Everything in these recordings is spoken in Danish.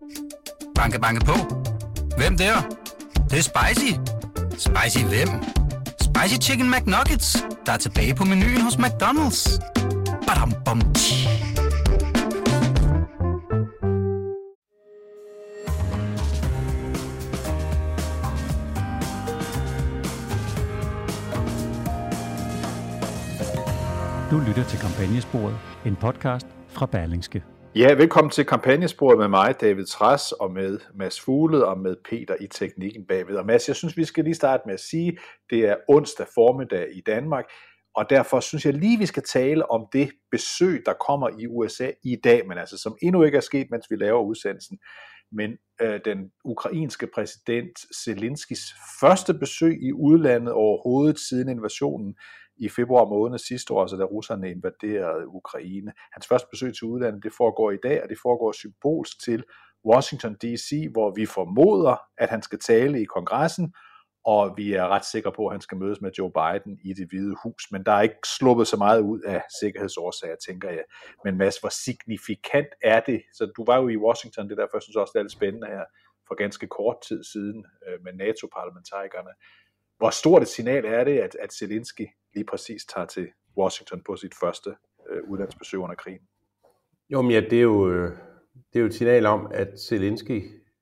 Banke, banke på. Hvem der? Det er spicy. Spicy hvem? Spicy Chicken McNuggets, der er tilbage på menuen hos McDonald's. Badum, bom, Du lytter til Kampagnesporet, en podcast fra Berlingske. Ja, velkommen til Kampagnesporet med mig, David Trads, og med Mads Fuglede og med Peter i teknikken bagved. Og Mads, jeg synes, vi skal lige starte med at sige, det er onsdag formiddag i Danmark, og derfor synes jeg lige, vi skal tale om det besøg, der kommer i USA i dag, men altså som endnu ikke er sket, mens vi laver udsendelsen. Men den ukrainske præsident Zelenskyjs første besøg i udlandet overhovedet siden invasionen i februar måned sidste år, altså da russerne invaderede Ukraine. Hans første besøg til udlandet, det foregår i dag, og det foregår symbolsk til Washington D.C., hvor vi formoder, at han skal tale i kongressen, og vi er ret sikre på, at han skal mødes med Joe Biden i Det Hvide Hus. Men der er ikke sluppet så meget ud af sikkerhedsårsager, tænker jeg. Men Mads, hvor signifikant er det? Så du var jo i Washington, det er derfor, jeg synes også, det er lidt spændende her for ganske kort tid siden med NATO-parlamentarikerne. Hvor stort et signal er det, at Zelenskyj lige præcis tager til Washington på sit første udlandsbesøg under krigen? Jo, men ja, det er jo et signal om, at Zelenskyj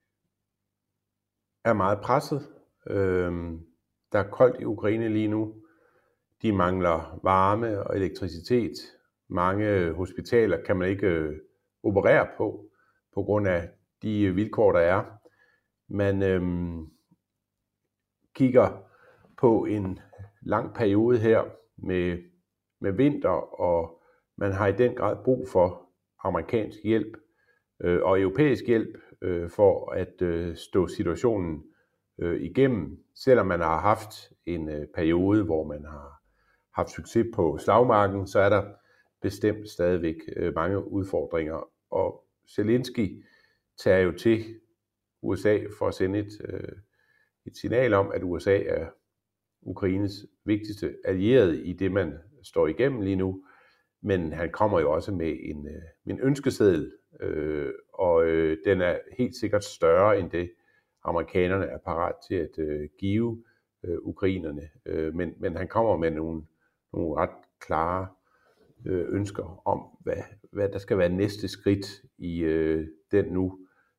er meget presset. Der er koldt i Ukraine lige nu. De mangler varme og elektricitet. Mange hospitaler kan man ikke operere på grund af de vilkår, der er. Man kigger på en lang periode her med vinter, og man har i den grad brug for amerikansk hjælp og europæisk hjælp for at stå situationen igennem. Selvom man har haft en periode, hvor man har haft succes på slagmarken, så er der bestemt stadigvæk mange udfordringer. Og Zelenskyj tager jo til USA for at sende et signal om, at USA er Ukraines vigtigste allierede i det, man står igennem lige nu. Men han kommer jo også med en ønskeseddel, og den er helt sikkert større end det, amerikanerne er parat til at give ukrainerne. Men han kommer med nogle ret klare ønsker om, hvad der skal være næste skridt i den nu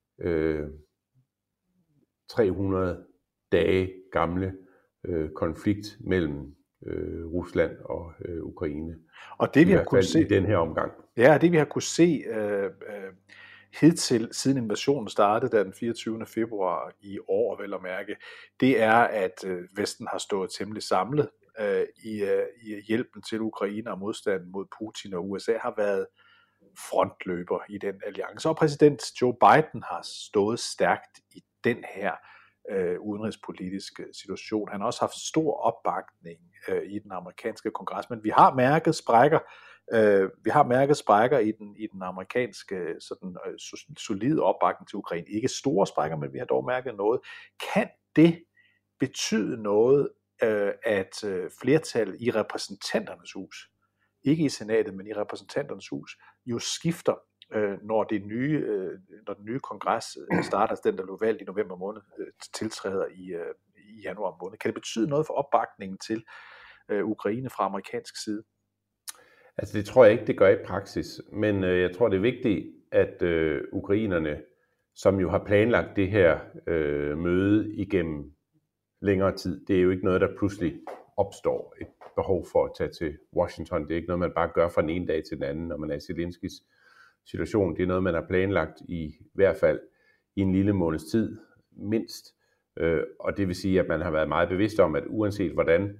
300 dage gamle konflikt mellem Rusland og Ukraine. Og det vi har kunnet se i den her omgang. Ja, det vi har kunne se hidtil siden invasionen startede den 24. februar i år, vel at mærke, det er, at Vesten har stået temmelig samlet i hjælpen til Ukraine og modstanden mod Putin, og USA har været frontløber i den alliance. Og præsident Joe Biden har stået stærkt i den her udenrigspolitiske situation. Han har også haft stor opbakning i den amerikanske kongres, men vi har mærket sprækker i den amerikanske sådan solide opbakning til Ukraine. Ikke store sprækker, men vi har dog mærket noget. Kan det betyde noget, at flertallet i repræsentanternes hus, ikke i senatet, men i repræsentanternes hus, jo skifter, når den nye kongres starter, den der blev valgt i november måned, tiltræder i januar måned? Kan det betyde noget for opbakningen til Ukraine fra amerikansk side? Altså det tror jeg ikke, det gør i praksis, men jeg tror, det er vigtigt, at ukrainerne, som jo har planlagt det her møde igennem længere tid, det er jo ikke noget, der pludselig opstår et behov for at tage til Washington. Det er ikke noget, man bare gør fra den ene dag til den anden, når man er i Zelenskyjs situation. Det er noget, man har planlagt i hvert fald i en lille måneds tid, mindst. Og det vil sige, at man har været meget bevidst om, at uanset hvordan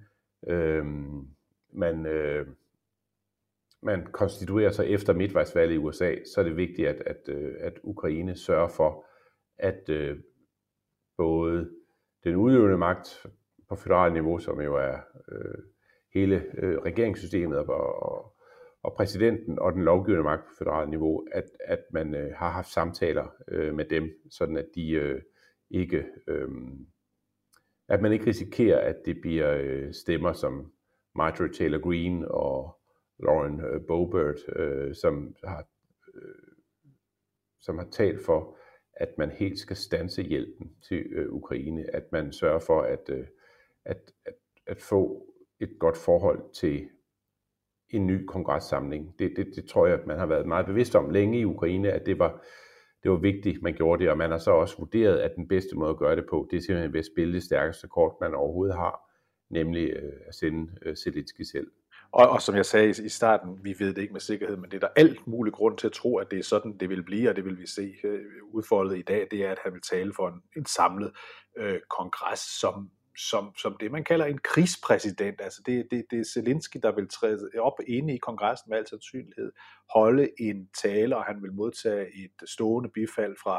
man konstituerer sig efter midtvejsvalget i USA, så er det vigtigt, at Ukraine sørger for, at både den udøvende magt på føderalt niveau, som jo er hele regeringssystemet og præsidenten og den lovgivende magt på føderalt niveau, at man har haft samtaler med dem, sådan at de ikke, at man ikke risikerer, at det bliver stemmer som Marjorie Taylor Greene og Lauren Boebert, som har talt for, at man helt skal standse hjælpen til Ukraine, at man sørger for at få et godt forhold til en ny kongressamling. Det tror jeg, at man har været meget bevidst om længe i Ukraine, at det var vigtigt, man gjorde det, og man har så også vurderet, at den bedste måde at gøre det på, det er simpelthen ved at spille det stærkeste kort, man overhovedet har, nemlig at sende Zelensky selv. Og som jeg sagde i starten, vi ved det ikke med sikkerhed, men det er der alt mulig grund til at tro, at det er sådan, det vil blive, og det vil vi se udfoldet i dag, det er, at han vil tale for en samlet kongres, som det, man kalder en krigspræsident. Altså det er Zelensky, der vil træde op inde i kongressen med al sandsynlighed, holde en tale, og han vil modtage et stående bifald fra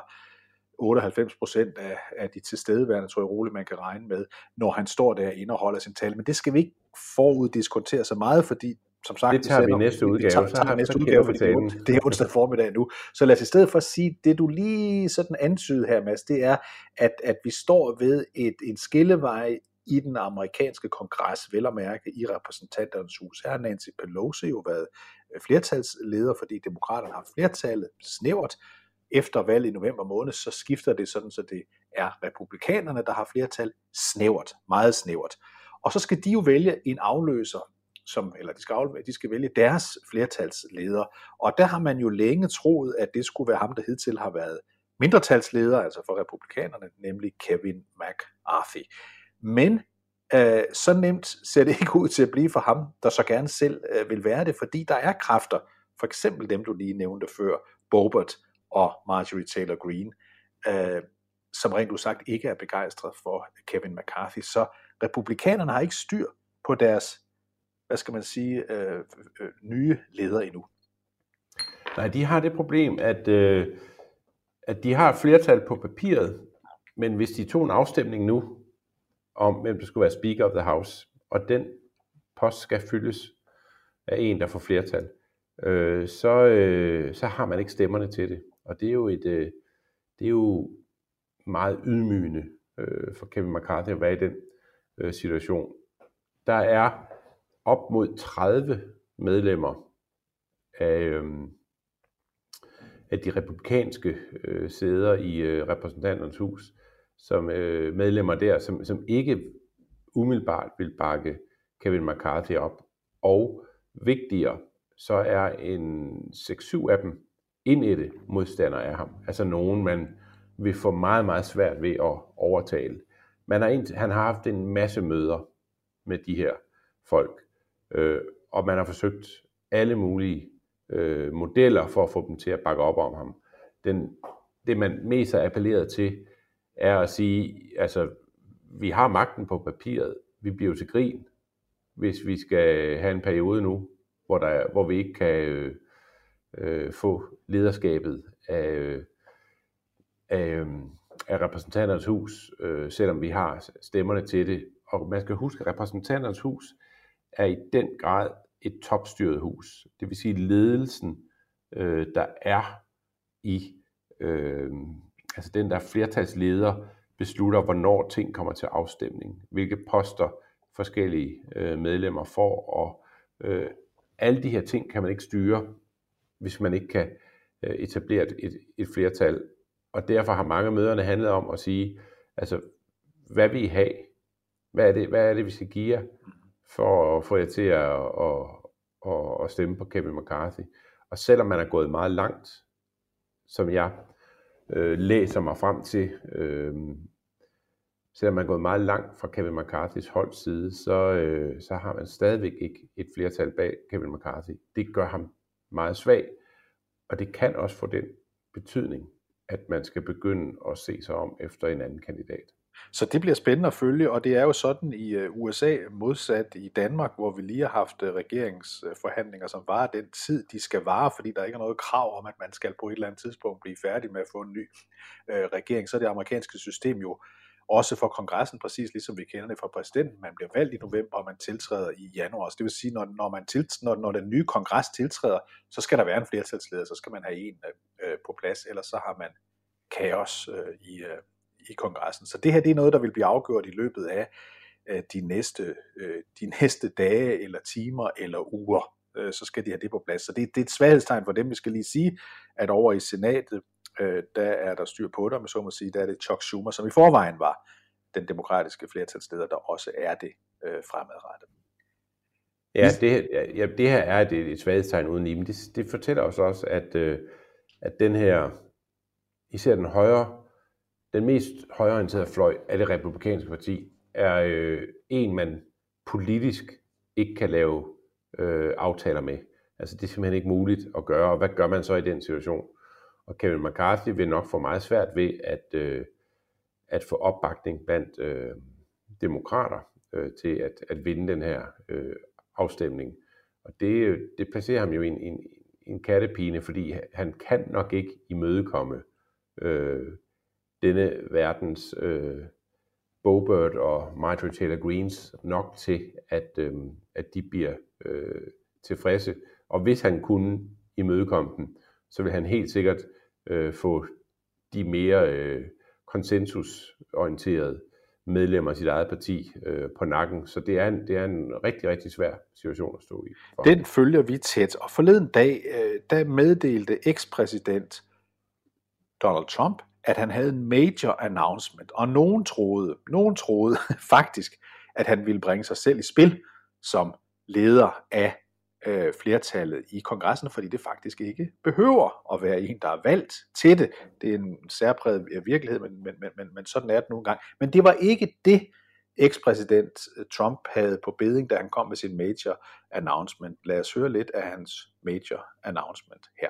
98% af de tilstedeværende, tror jeg roligt, man kan regne med, når han står derinde og holder sin tale. Men det skal vi ikke foruddiskontere så meget, fordi som sagt, det tager vi i næste udgave. Fordi det er onsdag formiddag nu. Så lad os i stedet for sige, det du lige sådan antyder her, Mads, det er, at vi står ved en skillevej i den amerikanske kongres, vel at mærke i repræsentanternes hus. Her har Nancy Pelosi jo været flertalsleder, fordi demokraterne har flertallet snævert. Efter valget i november måned, så skifter det sådan, så det er republikanerne, der har flertal snævert, meget snævert. Og så skal de jo vælge en afløser, de skal vælge deres flertalsleder. Og der har man jo længe troet, at det skulle være ham, der hidtil har været mindretalsleder, altså for republikanerne, nemlig Kevin McCarthy. Men så nemt ser det ikke ud til at blive for ham, der så gerne selv vil være det, fordi der er kræfter, for eksempel dem, du lige nævnte før, Boebert og Marjorie Taylor Greene, som rent udsagt ikke er begejstret for Kevin McCarthy. Så republikanerne har ikke styr på deres, nye leder endnu. Nej, de har det problem, at de har et flertal på papiret, men hvis de tog en afstemning nu, om hvem der skulle være Speaker of the House, og den post skal fyldes af en, der får flertal, så har man ikke stemmerne til det. Og det er jo meget ydmygende for Kevin McCarthy at være i den situation. Der er op mod 30 medlemmer af de republikanske sæder i repræsentanternes hus, som medlemmer der, som ikke umiddelbart vil bakke Kevin McCarthy op. Og vigtigere, så er en 6-7 af dem indædte modstandere af ham. Altså nogen, man vil få meget, meget svært ved at overtale. Han har haft en masse møder med de her folk, og man har forsøgt alle mulige modeller for at få dem til at bakke op om ham. Det man mest har appelleret til, er at sige, altså, vi har magten på papiret, vi bliver jo til grin, hvis vi skal have en periode nu, hvor vi ikke kan få lederskabet af repræsentanternes hus, selvom vi har stemmerne til det. Og man skal huske, at repræsentanternes hus er i den grad et topstyret hus. Det vil sige ledelsen, der er i, altså den der flertalsleder beslutter, hvornår ting kommer til afstemning, hvilke poster forskellige medlemmer får, og alle de her ting kan man ikke styre, hvis man ikke kan etablere et flertal. Og derfor har mange af møderne handlet om at sige, altså, hvad vil I have? Hvad er det, vi skal give jer, for at få jer til at stemme på Kevin McCarthy? Og selvom man er gået meget langt, som jeg læser mig frem til, selvom man er gået meget langt fra Kevin McCarthys holds side, så har man stadigvæk ikke et flertal bag Kevin McCarthy. Det gør ham meget svag, og det kan også få den betydning, at man skal begynde at se sig om efter en anden kandidat. Så det bliver spændende at følge, og det er jo sådan i USA modsat i Danmark, hvor vi lige har haft regeringsforhandlinger, som varer den tid, de skal vare, fordi der ikke er noget krav om, at man skal på et eller andet tidspunkt blive færdig med at få en ny regering. Så er det amerikanske system jo også for kongressen, præcis ligesom vi kender det fra præsidenten. Man bliver valgt i november, og man tiltræder i januar. Så det vil sige, når den nye kongres tiltræder, så skal der være en flertalsleder, så skal man have en på plads, ellers så har man kaos i kongressen. Så det her, det er noget, der vil blive afgjort i løbet af de næste dage, eller timer, eller uger. Så skal de have det på plads. Så det er et svaghedstegn for dem. Vi skal lige sige, at over i senatet, der er der styr på det, men så må sige, der er det Chuck Schumer, som i forvejen var den demokratiske flertalsleder, der også er det fremadrettet. Ja, det her er et svaghedstegn uden lige, men det fortæller os også, at den her, især den mest højreorienterede fløj af det republikanske parti, er en, man politisk ikke kan lave aftaler med. Altså det er simpelthen ikke muligt at gøre, og hvad gør man så i den situation? Og Kevin McCarthy vil nok få meget svært ved at få opbakning blandt demokrater til at vinde den her afstemning. Og det placerer ham jo i en kattepine, fordi han kan nok ikke imødekomme denne verdens Bo Bird og Marjorie Taylor Greens nok til, at de bliver tilfredse. Og hvis han kunne imødekomme dem, så vil han helt sikkert få de mere konsensusorienterede medlemmer af sit eget parti på nakken. Så det er en rigtig, rigtig svær situation at stå i. Den følger vi tæt. Og forleden dag, der meddelte ekspræsident Donald Trump, at han havde en major announcement, og nogen troede faktisk, at han ville bringe sig selv i spil som leder af flertallet i kongressen, fordi det faktisk ikke behøver at være en, der er valgt til det. Det er en særpræget virkelighed, men sådan er det nogle gange. Men det var ikke det, ekspræsident Trump havde på bedding, da han kom med sin major announcement. Lad os høre lidt af hans major announcement her.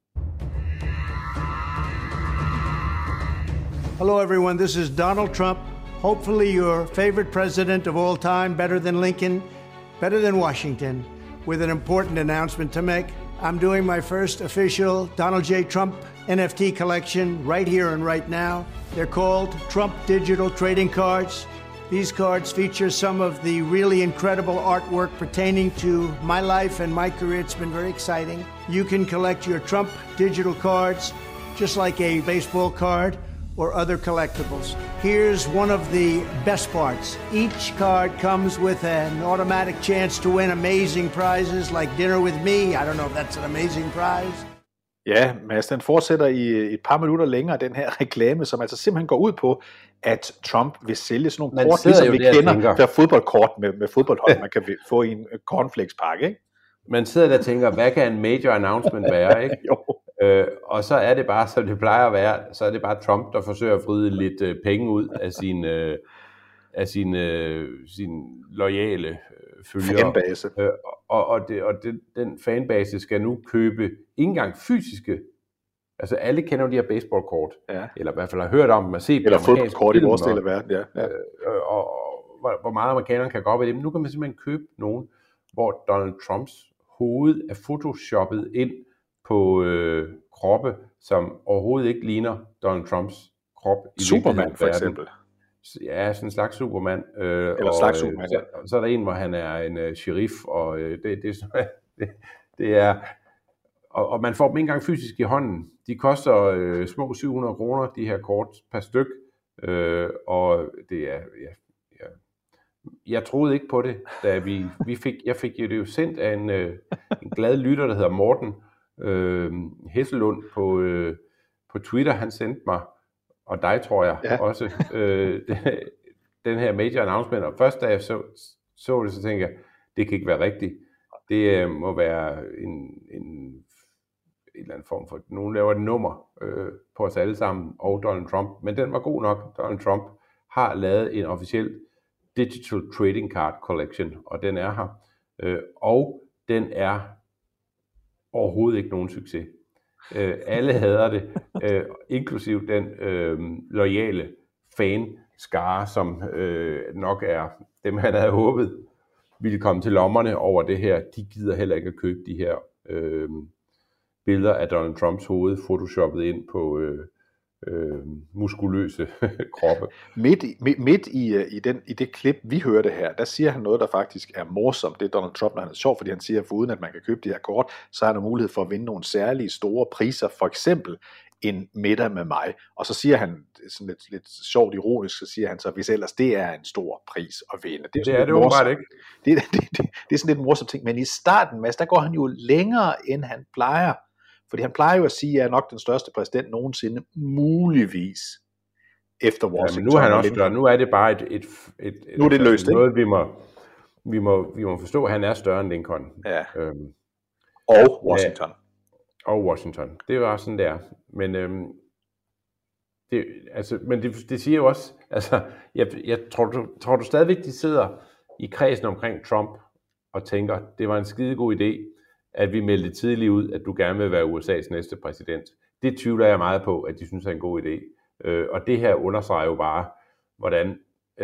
Hello, everyone. This is Donald Trump. Hopefully your favorite president of all time, better than Lincoln, better than Washington, with an important announcement to make. I'm doing my first official Donald J. Trump NFT collection right here and right now. They're called Trump Digital Trading Cards. These cards feature some of the really incredible artwork pertaining to my life and my career. It's been very exciting. You can collect your Trump digital cards just like a baseball card or other collectibles. Here's one of the best parts. Each card comes with an automatic chance to win amazing prizes like dinner with me. I don't know if that's an amazing prize. Ja, Mads, den fortsætter i et par minutter længere, den her reklame, som altså simpelthen går ud på, at Trump vil sælge sådan nogle kort, ligesom vi kender der fodboldkort med fodboldhold, man kan få i en cornflakespakke, ikke? Man sidder der og tænker, hvad kan en major announcement være, ikke? Jo. Og så er det bare, som det plejer at være, så er det bare Trump, der forsøger at vride lidt penge ud af sin loyale følgere. Fanbase. Den fanbase skal nu købe ikke engang fysiske, altså alle kender jo de her baseballkort, ja. Eller i hvert fald har hørt om dem og set eller fodboldkort i vores del af verden, ja. Og hvor meget amerikanerne kan gå op i dem. Nu kan man simpelthen købe nogen, hvor Donald Trumps hoved er photoshoppet ind på kroppe, som overhovedet ikke ligner Donald Trumms krop. I Superman for eksempel. Ja, sådan en slags Superman. Eller slags Superman, ja. Så er der en, hvor han er en sheriff, og det er... Og man får dem ikke engang fysisk i hånden. De koster små 700 kroner, de her kort per styk. Og det er... Ja, jeg troede ikke på det, da jeg fik jo det jo sendt af en glad lytter, der hedder Morten Hesselund på Twitter. Han sendte mig, og dig tror jeg også, den her major announcement. Og først da jeg så det, så tænkte jeg, det kan ikke være rigtigt. Det må være en eller anden form for, nogen laver et nummer på os alle sammen, og Donald Trump. Men den var god nok. Donald Trump har lavet en officiel Digital Trading Card Collection, og den er her. Og den er overhovedet ikke nogen succes. Alle hader det, inklusiv den loyale fanskare, som nok er dem, han havde håbet ville komme til lommerne over det her. De gider heller ikke at købe de her billeder af Donald Trumps hoved, photoshoppet ind på muskuløse kroppe. Midt i det klip, vi hørte her, der siger han noget, der faktisk er morsomt. Det er Donald Trump, når han er sjov, fordi han siger, at foruden at man kan købe de her kort, så har der mulighed for at vinde nogle særlige store priser, for eksempel en middag med mig. Og så siger han, sådan lidt sjovt ironisk, så siger han så, hvis ellers det er en stor pris at vinde. Det er det åbenbart ikke. Det er sådan lidt morsomt ting, men i starten, Mads, der går han jo længere, end han plejer. Fordi han plejer jo at sige, at jeg er nok den største præsident nogensinde, muligvis efter Washington. Ja, nu er han også større. Nu er det bare nu er det løst, noget, vi må forstå, at han er større end Lincoln. Ja. Og Washington. Ja, og Washington. Det var sådan, det er. Men det siger jo også, altså, jeg tror du stadigvæk, de sidder i kredsen omkring Trump og tænker, det var en skidegod idé, at vi meldte tidligt ud, at du gerne vil være USA's næste præsident. Det tvivler jeg meget på, at de synes er en god idé. Og det her understreger jo bare, hvordan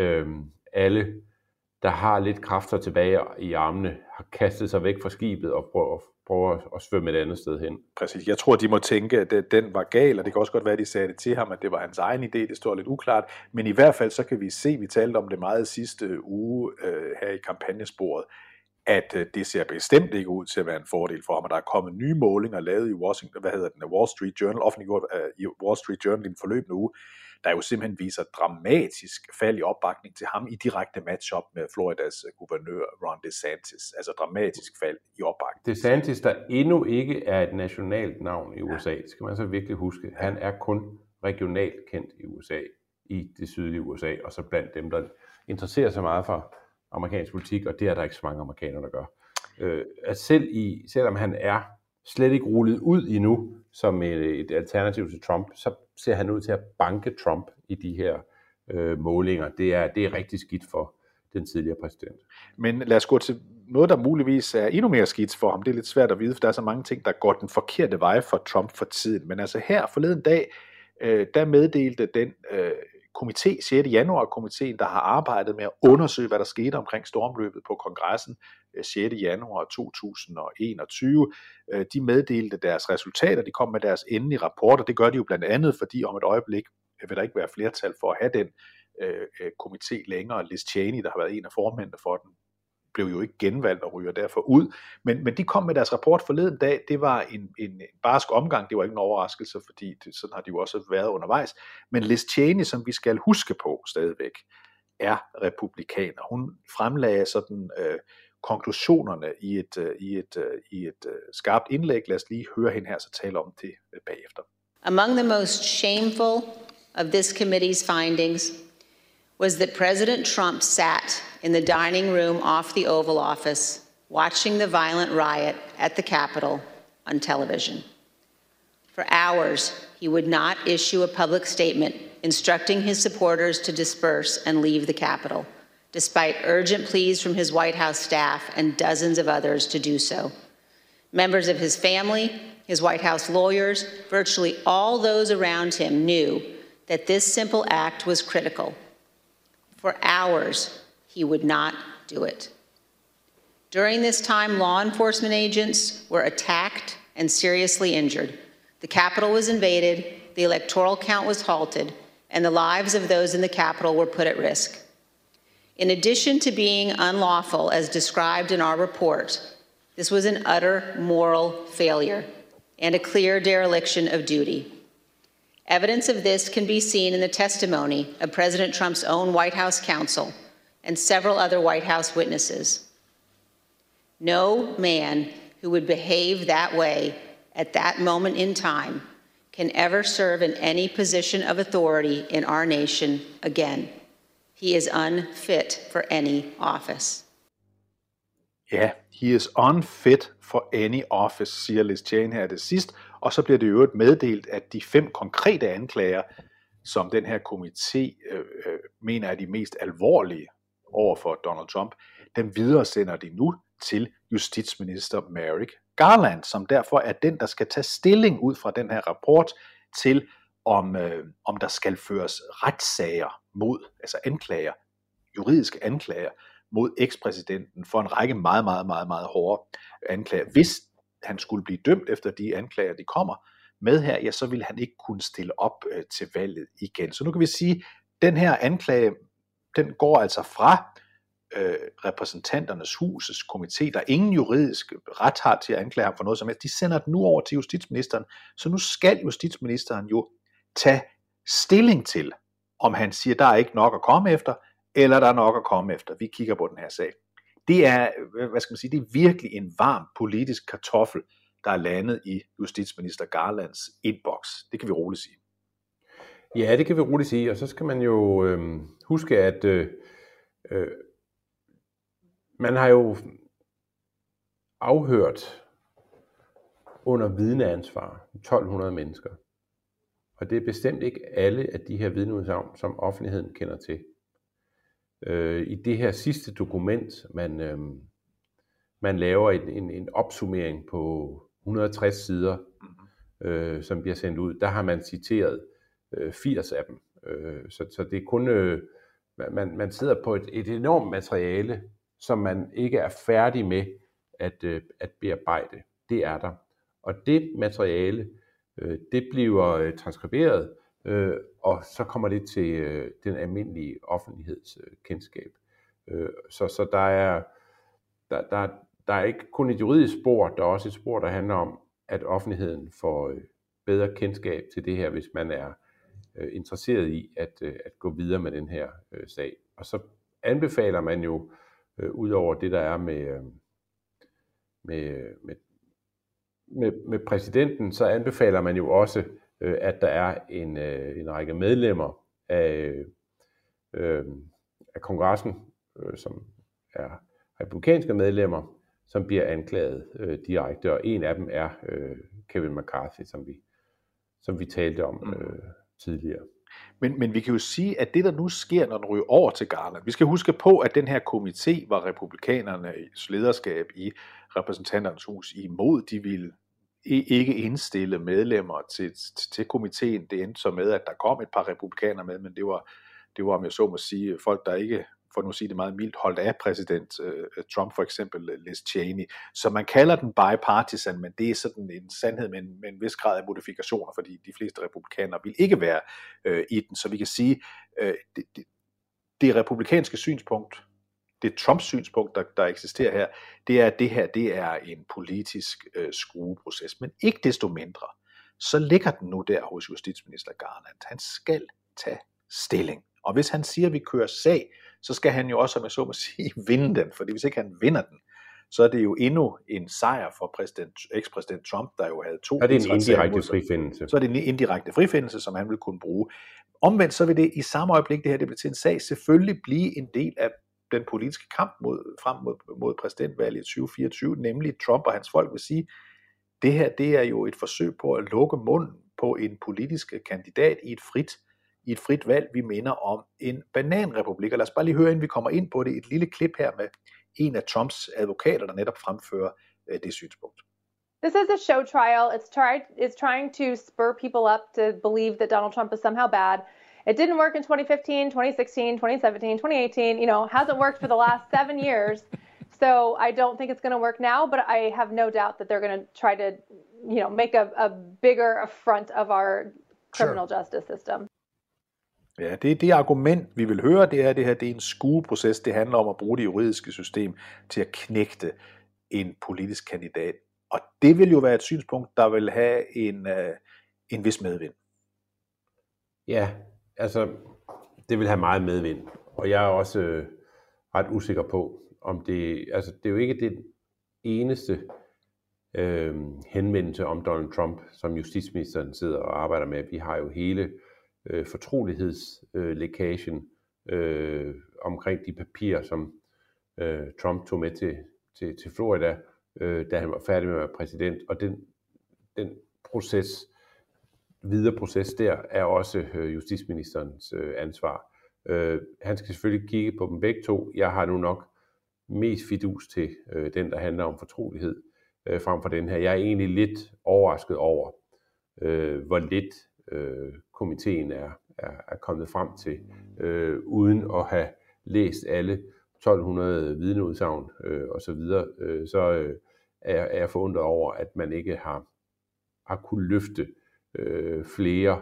alle, der har lidt kræfter tilbage i armene, har kastet sig væk fra skibet og prøver at svømme et andet sted hen. Præcis. Jeg tror, de må tænke, at den var gal, og det kan også godt være, at de sagde det til ham, at det var hans egen idé. Det står lidt uklart. Men i hvert fald, så kan vi se, vi talte om det meget sidste uge her i kampagnesporet, at det ser bestemt ikke ud til at være en fordel for ham, og der er kommet nye målinger lavet i Wall Street Journal, offentliggjort i Wall Street Journal i en forløbende uge, der jo simpelthen viser dramatisk fald i opbakning til ham i direkte match-up med Floridas guvernør Ron DeSantis. Altså dramatisk fald i opbakning. DeSantis, der endnu ikke er et nationalt navn i USA, skal man så virkelig huske. Han er kun regionalt kendt i USA, i det sydlige USA, og så blandt dem, der interesserer sig meget for amerikansk politik, og det er der ikke så mange amerikanere, der gør. At selvom han er slet ikke rullet ud endnu som et alternativ til Trump, så ser han ud til at banke Trump i de her målinger. Det er rigtig skidt for den tidligere præsident. Men lad os gå til noget, der muligvis er endnu mere skidt for ham. Det er lidt svært at vide, for der er så mange ting, der går den forkerte vej for Trump for tiden. Men altså her forleden dag, der meddelte den komité, 6. januar-komiteen, der har arbejdet med at undersøge, hvad der skete omkring stormløbet på kongressen 6. januar 2021. De meddelte deres resultater, de kom med deres endelige rapporter. Det gør de jo blandt andet, fordi om et øjeblik vil der ikke være flertal for at have den komité længere. Liz Cheney, der har været en af formændene for den, blev jo ikke genvalgt og ryger derfor ud. Men de kom med deres rapport forleden dag. Det var en barsk omgang. Det var ikke en overraskelse, fordi sådan har de jo også været undervejs. Men Liz Cheney, som vi skal huske på stadigvæk, er republikaner. Hun fremlagde sådan konklusionerne i et skarpt indlæg. Lad os lige høre hende her, så tale om det bagefter. Among the most shameful of this committee's findings was that President Trump sat in the dining room off the Oval Office watching the violent riot at the Capitol on television. For hours, he would not issue a public statement instructing his supporters to disperse and leave the Capitol, despite urgent pleas from his White House staff and dozens of others to do so. Members of his family, his White House lawyers, virtually all those around him knew that this simple act was critical. For hours, he would not do it. During this time, law enforcement agents were attacked and seriously injured. The Capitol was invaded, the electoral count was halted, and the lives of those in the Capitol were put at risk. In addition to being unlawful, as described in our report, this was an utter moral failure and a clear dereliction of duty. Evidence of this can be seen in the testimony of President Trump's own White House counsel and several other White House witnesses. No man who would behave that way at that moment in time can ever serve in any position of authority in our nation again. He is unfit for any office. Ja, he is unfit for any office, siger Liz Cheney her det sidst, og så bliver det jo meddelt, at de 5 konkrete anklager, som den her komité mener er de mest alvorlige over for Donald Trump, dem videresender de nu til justitsminister Merrick Garland, som derfor er den, der skal tage stilling ud fra den her rapport til, om der skal føres retssager mod, altså anklager, juridiske anklager, mod ekspræsidenten for en række meget, meget, meget, meget hårde anklager. Hvis han skulle blive dømt efter de anklager, de kommer med her, ja, så ville han ikke kunne stille op til valget igen. Så nu kan vi sige, at den her anklage, den går altså fra repræsentanternes huses komité, der ingen juridisk ret har til at anklage ham for noget som helst. De sender den nu over til justitsministeren, så nu skal justitsministeren jo tage stilling til, om han siger, der er ikke nok at komme efter, eller der er nok at komme efter. Vi kigger på den her sag. Det er, det er virkelig en varm politisk kartoffel, der er landet i justitsminister Garlands inbox. Det kan vi roligt sige. Ja, det kan vi roligt sige, og så skal man jo huske, at man har jo afhørt under vidneansvar 1200 mennesker. Og det er bestemt ikke alle af de her vidneudsagn, som offentligheden kender til. I det her sidste dokument, man laver en opsummering på 160 sider, som bliver sendt ud, der har man citeret 80 af dem. Så det er kun, man sidder på et enormt materiale, som man ikke er færdig med at bearbejde. Det er der. Og det materiale, det bliver transkriberet, og så kommer det til den almindelige offentligheds kendskab. Så der er ikke kun et juridisk spor, der er også et spor, der handler om, at offentligheden får bedre kendskab til det her, hvis man er interesseret i at gå videre med den her sag. Og så anbefaler man jo, ud over det, der er med præsidenten, så anbefaler man jo også, at der er en række medlemmer af kongressen, som er republikanske medlemmer, som bliver anklaget direkte, og en af dem er Kevin McCarthy, som vi talte om tidligere. Men vi kan jo sige, at det der nu sker, når den ryger over til Garland, vi skal huske på, at den her komité var republikanernes lederskab i repræsentanternes hus imod. De ville ikke indstille medlemmer til komiteen. Det endte så med, at der kom et par republikanere med, men det var om jeg så må sige, folk, der ikke, for nu at sige det meget mildt, holdt af præsident Trump, for eksempel Liz Cheney. Så man kalder den bipartisan, men det er sådan en sandhed med en vis grad af modifikationer, fordi de fleste republikanere vil ikke være i den. Så vi kan sige, det republikanske synspunkt, det Trumps synspunkt, der eksisterer her, det er, at det her det er en politisk skrueproces. Men ikke desto mindre, så ligger den nu der hos justitsminister Garland. Han skal tage stilling. Og hvis han siger, at vi kører sag, så skal han jo også, som jeg så må sige, vinde den. Fordi hvis ikke han vinder den, så er det jo endnu en sejr for ekspræsident Trump, der jo havde to. Og det er en indirekte frifindelse. Så er det en indirekte frifindelse, som han vil kunne bruge. Omvendt så vil det i samme øjeblik, det her det bliver til en sag, selvfølgelig blive en del af den politiske kamp frem mod præsidentvalget i 2024, nemlig Trump og hans folk vil sige, det her det er jo et forsøg på at lukke munden på en politisk kandidat i et frit valg. Vi minder om en bananrepublik. Og lad os bare lige høre, inden vi kommer ind på det, et lille klip her med en af Trumps advokater, der netop fremfører det synspunkt. This is a show trial. It's trying to spur people up to believe that Donald Trump is somehow bad. It didn't work in 2015, 2016, 2017, 2018, hasn't worked for the last 7 years. So I don't think it's going to work now, but I have no doubt that they're going to try to, make a bigger affront of our criminal justice system. Ja, det argument, vi vil høre, det her det er en skueproces. Det handler om at bruge det juridiske system til at knægte en politisk kandidat. Og det vil jo være et synspunkt, der vil have en vis medvind. Ja, altså det vil have meget medvind. Og jeg er også ret usikker på, om det er jo ikke det eneste henvendelse om Donald Trump, som justitsministeren sidder og arbejder med. Vi har jo hele fortrolighedslækagen omkring de papirer, som Trump tog med til Florida, da han var færdig med at være præsident. Og den videre proces der er også justitsministerens ansvar. Han skal selvfølgelig kigge på dem begge to. Jeg har nu nok mest fidus til den, der handler om fortrolighed, frem for den her. Jeg er egentlig lidt overrasket over, hvor lidt komiteen er kommet frem til, uden at have læst alle 1200 vidneudsagn osv. Så er jeg forundret over, at man ikke har kunnet løfte flere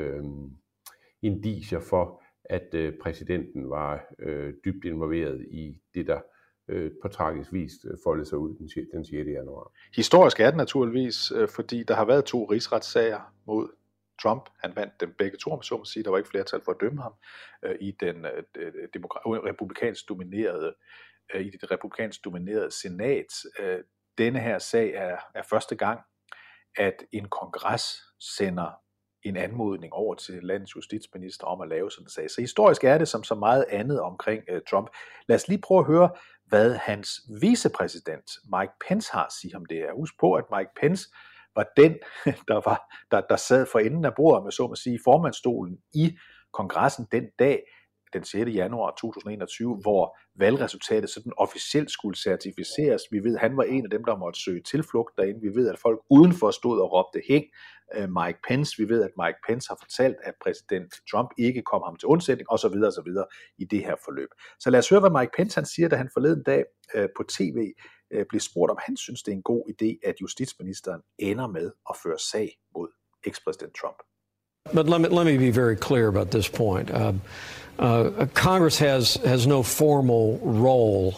indicier for, at præsidenten var dybt involveret i det, der på tragisk vis foldede sig ud den 6. januar. Historisk er det naturligvis, fordi der har været 2 rigsretssager mod Trump. Han vandt dem begge to, om så må sige. Der var ikke flertal for at dømme ham i det republikansk dominerede senat. denne her sag er første gang, at en kongres sender en anmodning over til landets justitsminister om at lave sådan en sag. Så historisk er det som så meget andet omkring Trump. Lad os lige prøve at høre, hvad hans vicepræsident Mike Pence har at sige om det her. Husk på, at Mike Pence var den, der sad for enden af bordet, med så at sige, formandsstolen i kongressen den dag, den 6. januar 2021, hvor valgresultatet sådan officielt skulle certificeres. Vi ved, at han var en af dem, der måtte søge tilflugt derinde. Vi ved, at folk udenfor stod og råbte hæng Mike Pence. Vi ved, at Mike Pence har fortalt, at præsident Trump ikke kom ham til undsætning, osv. i det her forløb. Så lad os høre, hvad Mike Pence han siger, da han forleden dag på tv blev spurgt, om han synes, det er en god idé, at justitsministeren ender med at føre sag mod ekspræsident Trump. But let me be very clear about this point. Congress has no formal role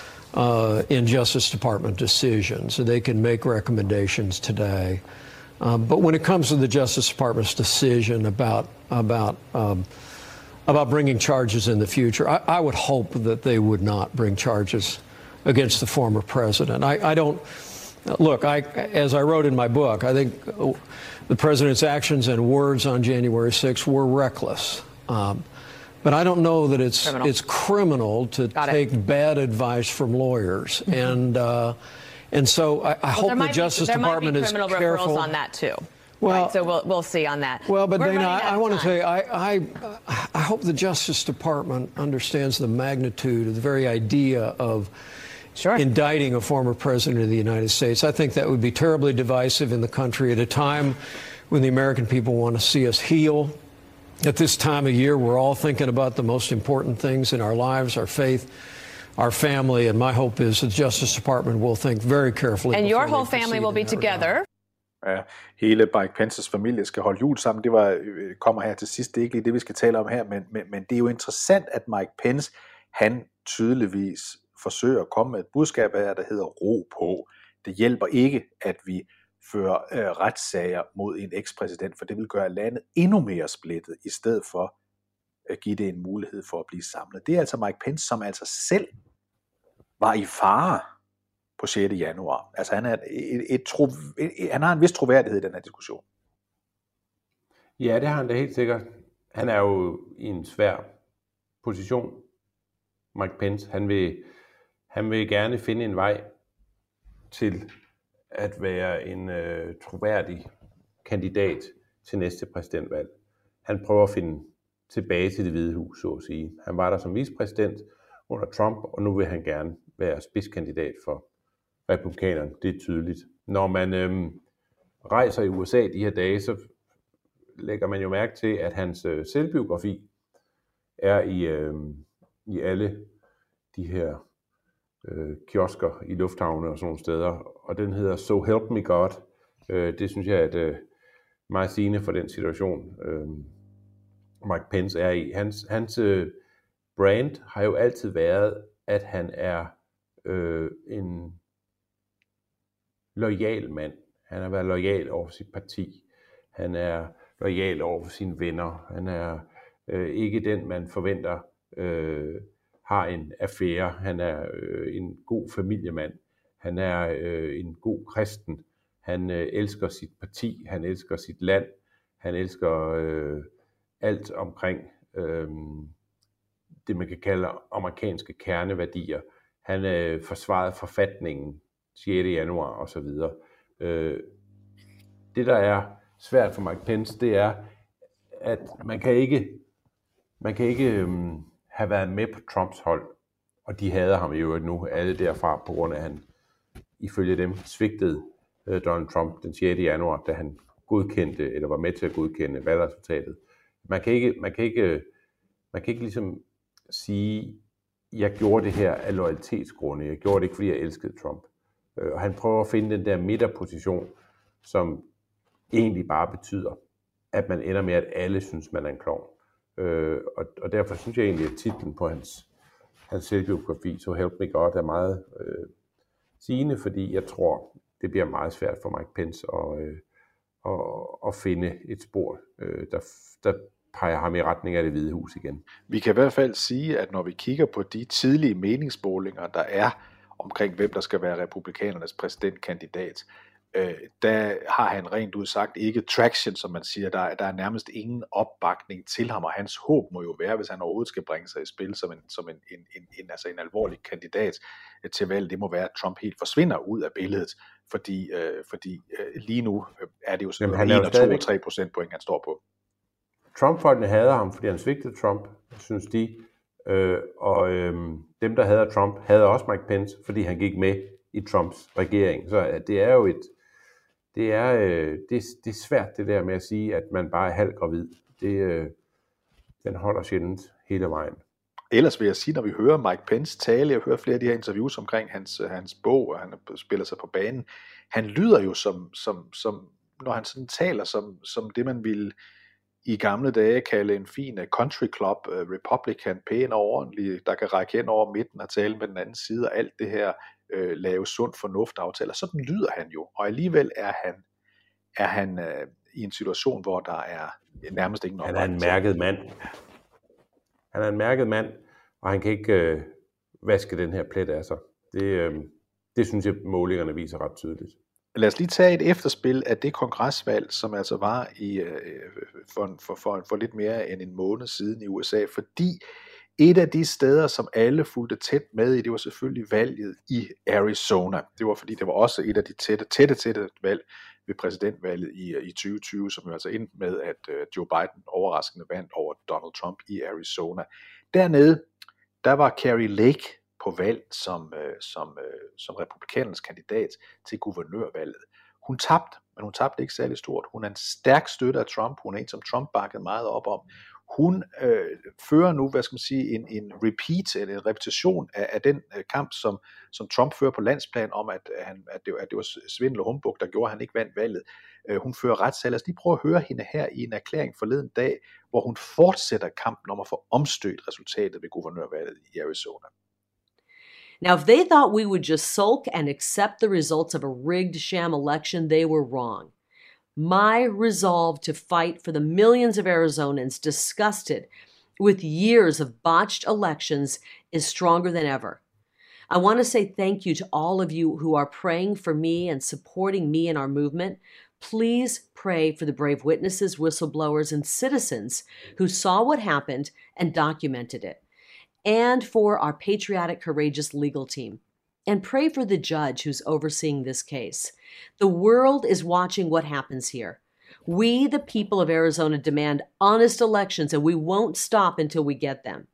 in Justice Department decisions, so they can make recommendations today. But when it comes to the Justice Department's decision about bringing charges in the future, I would hope that they would not bring charges against the former president. I don't look. As I wrote in my book, I think the president's actions and words on January 6th were reckless. But I don't know that it's criminal to take bad advice from lawyers, and so I hope the Justice Department is careful. There might be criminal referrals on that too. Well, right, so we'll see on that. Well, but Dana, I want to say I hope the Justice Department understands the magnitude of the very idea of indicting a former president of the United States. I think that would be terribly divisive in the country at a time when the American people want to see us heal. At this time of year, we're all thinking about the most important things in our lives, our faith, our family, and my hope is the Justice Department will think very carefully. And your whole family will be together. Ja, hele Mike Pences familie skal holde jul sammen. Det kommer her til sidst. Det er ikke lige det, vi skal tale om her, men det er jo interessant, at Mike Pence, han tydeligvis forsøger at komme med et budskab her, der hedder ro på. Det hjælper ikke, at vi fører retssager mod en ekspræsident, for det vil gøre landet endnu mere splittet, i stedet for at give det en mulighed for at blive samlet. Det er altså Mike Pence, som altså selv var i fare på 6. januar. Altså han har en vis troværdighed i den her diskussion. Ja, det har han da helt sikkert. Han er jo i en svær position, Mike Pence. Han vil gerne finde en vej til at være en troværdig kandidat til næste præsidentvalg. Han prøver at finde tilbage til Det Hvide Hus, så at sige. Han var der som vicepræsident under Trump, og nu vil han gerne være spidskandidat for republikanerne. Det er tydeligt. Når man rejser i USA de her dage, så lægger man jo mærke til, at hans selvbiografi er i alle de her kiosker i lufthavne og sådan nogle steder, og den hedder So Help Me God. Det synes jeg er meget sigende for den situation, Mike Pence er i. Hans brand har jo altid været, at han er en loyal mand. Han har været loyal over sit parti. Han er loyal over sine venner. Han er ikke den, man forventer har en affære. Han er en god familiemand. Han er en god kristen. Han elsker sit parti. Han elsker sit land. Han elsker alt omkring det, man kan kalde amerikanske kerneværdier. Han forsvarede forfatningen 6. januar osv. Det, der er svært for Mike Pence, det er, at man kan ikke have været med på Trumps hold, og de hader ham i øvrigt nu, alle derfra, på grund af, at han ifølge dem svigtede Donald Trump den 6. januar, da han godkendte, eller var med til at godkende valgresultatet. Man kan ikke ligesom sige, jeg gjorde det her af loyalitetsgrunde, jeg gjorde det ikke, fordi jeg elskede Trump. Og han prøver at finde den der midterposition, som egentlig bare betyder, at man ender med, at alle synes, man er en klovn. Og derfor synes jeg egentlig, at titlen på hans selvbiografi, So Help Me God, er meget sigende, fordi jeg tror, det bliver meget svært for Mike Pence at finde et spor, der peger ham i retning af Det Hvide Hus igen. Vi kan i hvert fald sige, at når vi kigger på de tidlige meningsmålinger, der er omkring hvem der skal være republikanernes præsidentkandidat, der har han rent ud sagt ikke traction, som man siger. Der er nærmest ingen opbakning til ham, og hans håb må jo være, hvis han overhovedet skal bringe sig i spil som en alvorlig kandidat til valg, det må være, at Trump helt forsvinder ud af billedet, fordi lige nu er det jo sådan 1 og 2 og 3 procentpoint, han står på. Trump-folkene hader ham, fordi han svigtede Trump, synes de, og dem, der hader Trump, hader også Mike Pence, fordi han gik med i Trumps regering. Så det er jo det er svært det der med at sige, at man bare er halvgravid. Den holder sjældent hele vejen. Ellers vil jeg sige, når vi hører Mike Pence tale, jeg hører flere af de her interviews omkring hans bog, og han spiller sig på banen, han lyder jo som når han sådan taler som det, man ville i gamle dage kalde en fin country club Republican, pæn og ordentlig, der kan række hen over midten og tale med den anden side, og alt det her lave sund fornuft-aftaler. Sådan lyder han jo, og alligevel er han i en situation, hvor der er nærmest ingen opbakning. Han er en mærket mand. Han er en mærket mand, og han kan ikke vaske den her plet af sig. Det synes jeg, målingerne viser ret tydeligt. Lad os lige tage et efterspil af det kongresvalg, som altså var for lidt mere end en måned siden i USA, fordi et af de steder, som alle fulgte tæt med i, det var selvfølgelig valget i Arizona. Det var fordi, det var også et af de tætte valg ved præsidentvalget i 2020, som jo altså endte med, at Joe Biden overraskende vandt over Donald Trump i Arizona. Dernede, der var Kari Lake på valg som republikanernes kandidat til guvernørvalget. Hun tabte, men hun tabte ikke særlig stort. Hun er en stærk støtter af Trump. Hun er en, som Trump bakkede meget op om. Hun fører nu, en repeat, eller en repetition af den kamp, som Trump fører på landsplan om, at det var svindel og humbug, der gjorde, at han ikke vandt valget. Hun fører retssag. Lad os lige prøve at høre hende her i en erklæring forleden dag, hvor hun fortsætter kampen om at få omstødt resultatet ved guvernørvalget i Arizona. Now, if they thought we would just sulk and accept the results of a rigged sham election, they were wrong. My resolve to fight for the millions of Arizonans disgusted with years of botched elections is stronger than ever. I want to say thank you to all of you who are praying for me and supporting me in our movement. Please pray for the brave witnesses, whistleblowers, and citizens who saw what happened and documented it, and for our patriotic, courageous legal team. And pray for the judge who's overseeing this case. The world is watching what happens here. We, the people of Arizona, demand honest elections, and we won't stop until we get them.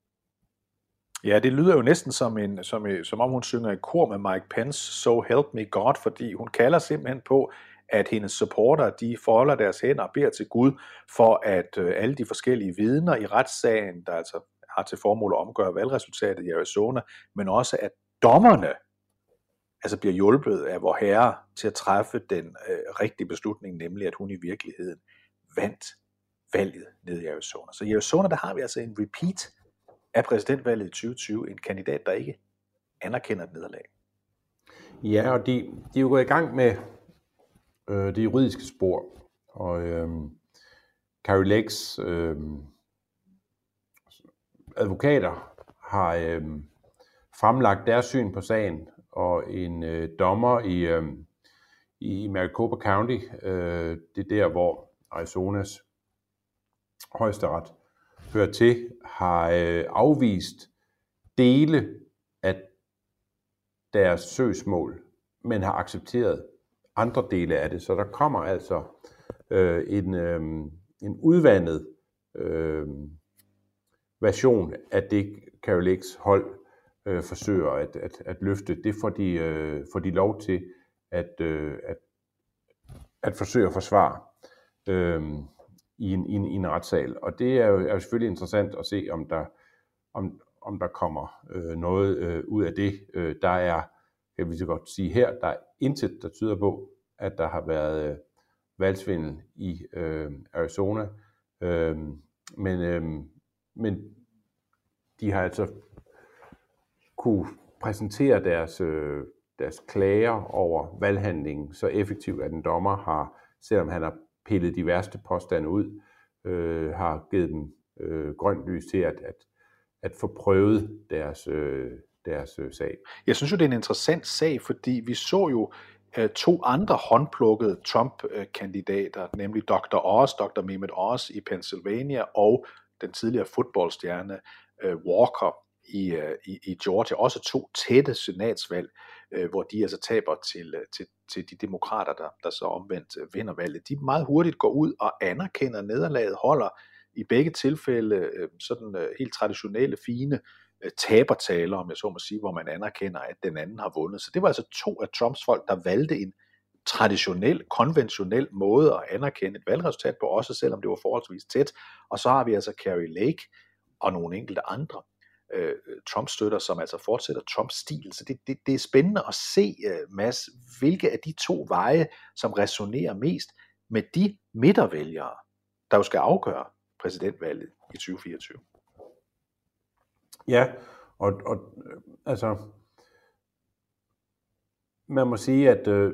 Ja, det lyder jo næsten som om hun synger i kor med Mike Pence, So Help Me God, fordi hun kalder simpelthen på, at hendes supportere, de folder deres hænder og beder til Gud for, at alle de forskellige vidner i retssagen, der altså har til formål at omgøre valgresultatet i Arizona, men også at dommerne altså bliver hjulpet af vor herre til at træffe den rigtige beslutning, nemlig at hun i virkeligheden vandt valget nede i Arizona. Så i Arizona, der har vi altså en repeat af præsidentvalget i 2020, en kandidat, der ikke anerkender et nederlag. Ja, og de er jo gået i gang med det juridiske spor, og Kari Lakes advokater har fremlagt deres syn på sagen, og en dommer i Maricopa County, det er der, hvor Arizonas højesteret hører til, har afvist dele af deres søgsmål, men har accepteret andre dele af det. Så der kommer altså en udvandet version af det, Kari Lakes hold forsøger at løfte. Det får de lov til at forsøge at forsvare i en retssal. Og det er jo selvfølgelig interessant at se, om der kommer noget ud af det. Der er, kan vi så godt sige her, der er intet, der tyder på, at der har været valgsvindel i Arizona. Men de har altså kunne præsentere deres klager over valghandlingen så effektivt, at en dommer har, selvom han har pillet de værste påstande ud, har givet dem grønt lys til at få prøvet deres sag. Jeg synes jo, det er en interessant sag, fordi vi så jo 2 andre håndplukkede Trump-kandidater, nemlig Dr. Mehmet Oz i Pennsylvania og den tidligere fodboldstjerne Walker i Georgia. Også 2 tætte senatsvalg, hvor de altså taber til de demokrater, der så omvendt vinder valget. De meget hurtigt går ud og anerkender nederlaget, holder i begge tilfælde sådan helt traditionelle, fine tabertaler, om jeg så må sige, hvor man anerkender, at den anden har vundet. Så det var altså 2 af Trumps folk, der valgte en traditionel, konventionel måde at anerkende et valgresultat på, også selvom det var forholdsvis tæt. Og så har vi altså Kari Lake og nogle enkelte andre Trump-støtter, som altså fortsætter Trumps stil. Så det er spændende at se, Mads, hvilke af de 2 veje, som resonerer mest med de midtervælgere, der jo skal afgøre præsidentvalget i 2024. Ja, og altså, man må sige, at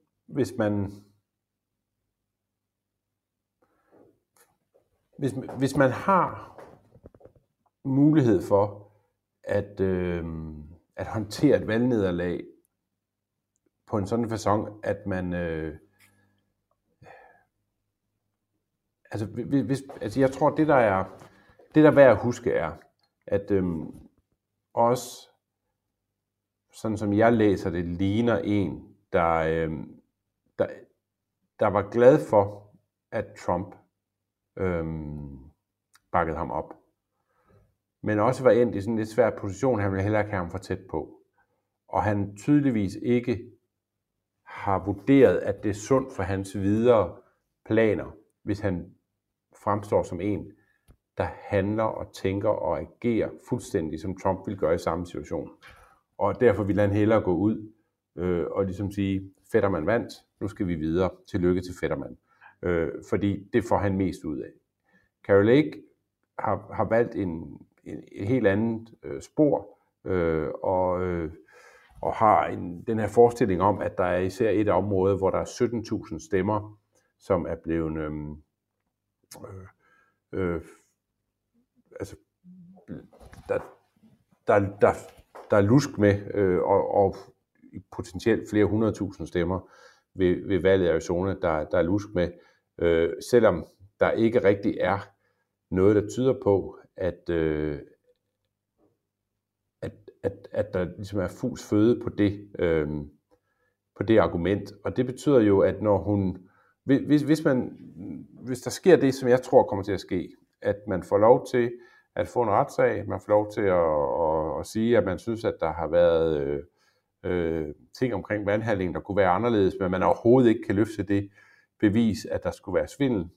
hvis man har mulighed for at håndtere et valgnederlag på en sådan facon, at man jeg tror, det der er værd at huske er, at også, sådan som jeg læser det, ligner en, der var glad for, at Trump bakkede ham op. Men også var endt i sådan en lidt svær position, han ville hellere ikke have ham for tæt på. Og han tydeligvis ikke har vurderet, at det er sundt for hans videre planer, hvis han fremstår som en, der handler og tænker og agerer fuldstændig, som Trump ville gøre i samme situation. Og derfor ville han hellere gå ud og ligesom sige, Fetterman vandt, nu skal vi videre. Tillykke til Fetterman. Fordi det får han mest ud af. Kari Lake har valgt et helt andet spor, og har den her forestilling om, at der er især et område, hvor der er 17.000 stemmer, som er blevet altså der er lusk med, og potentielt flere 100.000 stemmer ved valget i Arizona, der er lusk med, selvom der ikke rigtig er noget, der tyder på, at der ligesom er fus føde på det argument. Og det betyder jo, at når hun, hvis der sker det, som jeg tror kommer til at ske, at man får lov til at få en retssag, man får lov til at sige, at man synes, at der har været ting omkring valghandlingen, der kunne være anderledes, men man overhovedet ikke kan løfte det bevis, at der skulle være svindel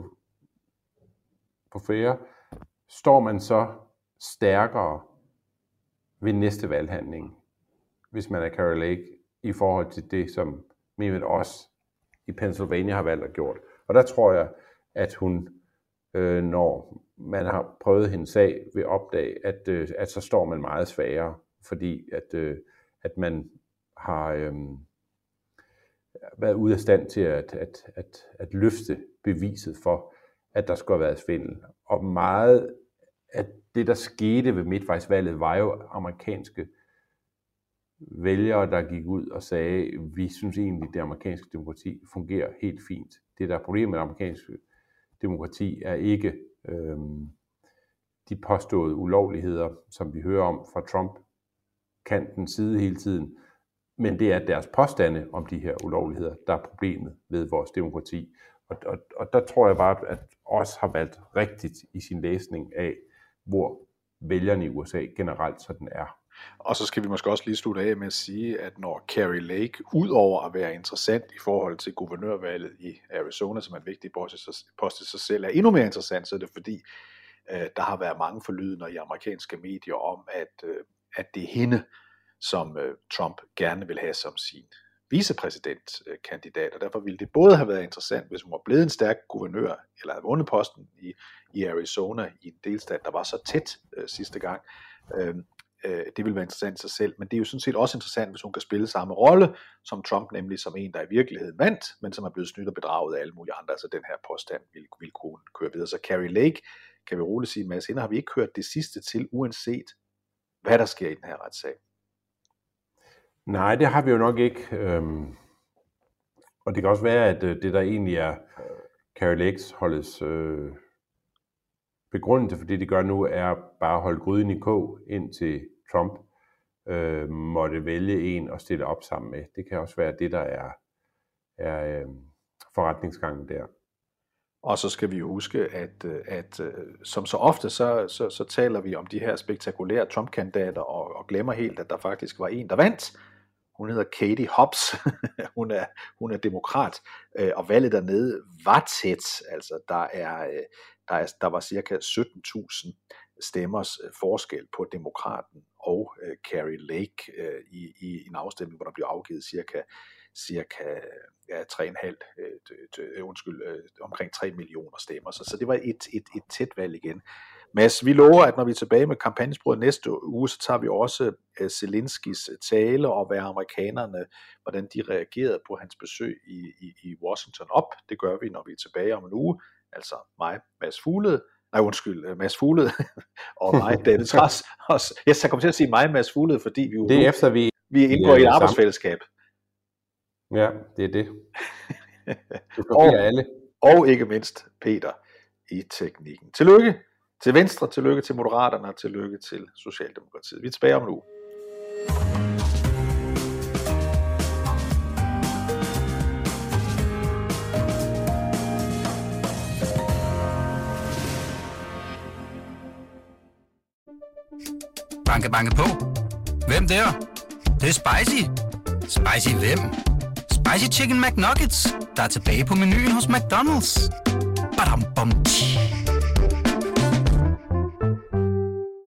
på færre, står man så stærkere ved næste valghandling, hvis man er Kari Lake, i forhold til det, som Mehmet Oz i Pennsylvania har valgt og gjort. Og der tror jeg, at hun, når man har prøvet hendes sag, vil opdage, at så står man meget svagere, fordi at man har været ude af stand til at løfte beviset for, at der skulle have været svindel. Og meget af det, der skete ved midtvejsvalget, var jo amerikanske vælgere, der gik ud og sagde, vi synes egentlig, at det amerikanske demokrati fungerer helt fint. Det, der er problemet med det amerikanske demokrati, er ikke de påståede ulovligheder, som vi hører om fra Trump-kantens side hele tiden, men det er deres påstande om de her ulovligheder, der er problemet ved vores demokrati. Og der tror jeg bare, at Oz har valgt rigtigt i sin læsning af, hvor vælgerne i USA generelt sådan er. Og så skal vi måske også lige slutte af med at sige, at når Kari Lake, udover at være interessant i forhold til guvernørvalget i Arizona, som er en vigtig post i sig selv, er endnu mere interessant, så er det fordi, der har været mange forlydender i amerikanske medier om, at det er hende, som Trump gerne vil have som sin vicepræsidentkandidat, og derfor ville det både have været interessant, hvis hun var blevet en stærk guvernør, eller havde vundet posten i Arizona, i en delstat, der var så tæt sidste gang. Det vil være interessant i sig selv, men det er jo sådan set også interessant, hvis hun kan spille samme rolle som Trump, nemlig som en, der i virkeligheden vandt, men som er blevet snydt og bedraget af alle mulige andre, altså den her påstand vil kunne køre videre. Så Kari Lake, kan vi roligt sige, Mads, hende har vi ikke hørt det sidste til, uanset hvad der sker i den her retssag. Nej, det har vi jo nok ikke. Og det kan også være, at det der egentlig er Kari Lake-holdets begrundelse for det, de gør nu, er bare at holde gryden i kog, indtil Trump måtte vælge en at stille op sammen med. Det kan også være det, der er forretningsgangen der. Og så skal vi jo huske, at som så ofte, så taler vi om de her spektakulære Trump-kandidater, og glemmer helt, at der faktisk var en, der vandt. Hun hedder Katie Hobbs. hun er demokrat, og valget dernede var tæt. Altså, der var cirka 17.000 stemmers forskel på demokraten og Kari Lake i en afstemning, hvor der blev afgivet cirka 3,5, omkring 3 millioner stemmer. Så det var et tæt valg igen. Mads, vi lover, at når vi er tilbage med kampagnesporet næste uge, så tager vi også Zelenskys tale og hvad amerikanerne, hvordan de reagerede på hans besøg i Washington op. Det gør vi, når vi er tilbage om en uge. Altså mig, Mads Fuglede, Mads Fuglede og mig, David Trads. Jeg kommer til at sige mig, Mads Fuglede, fordi vi indgår i et arbejdsfællesskab. Ja, det er det. Og ikke mindst Peter i teknikken. Tillykke til Venstre, tillykke til Moderaterne og tillykke til Socialdemokratiet. Vi er tilbage om en uge. Banke, banke på. Hvem der? Det er spicy. Spicy hvem? Spicy Chicken McNuggets, der er tilbage på menuen hos McDonald's. Badum, bom, tji.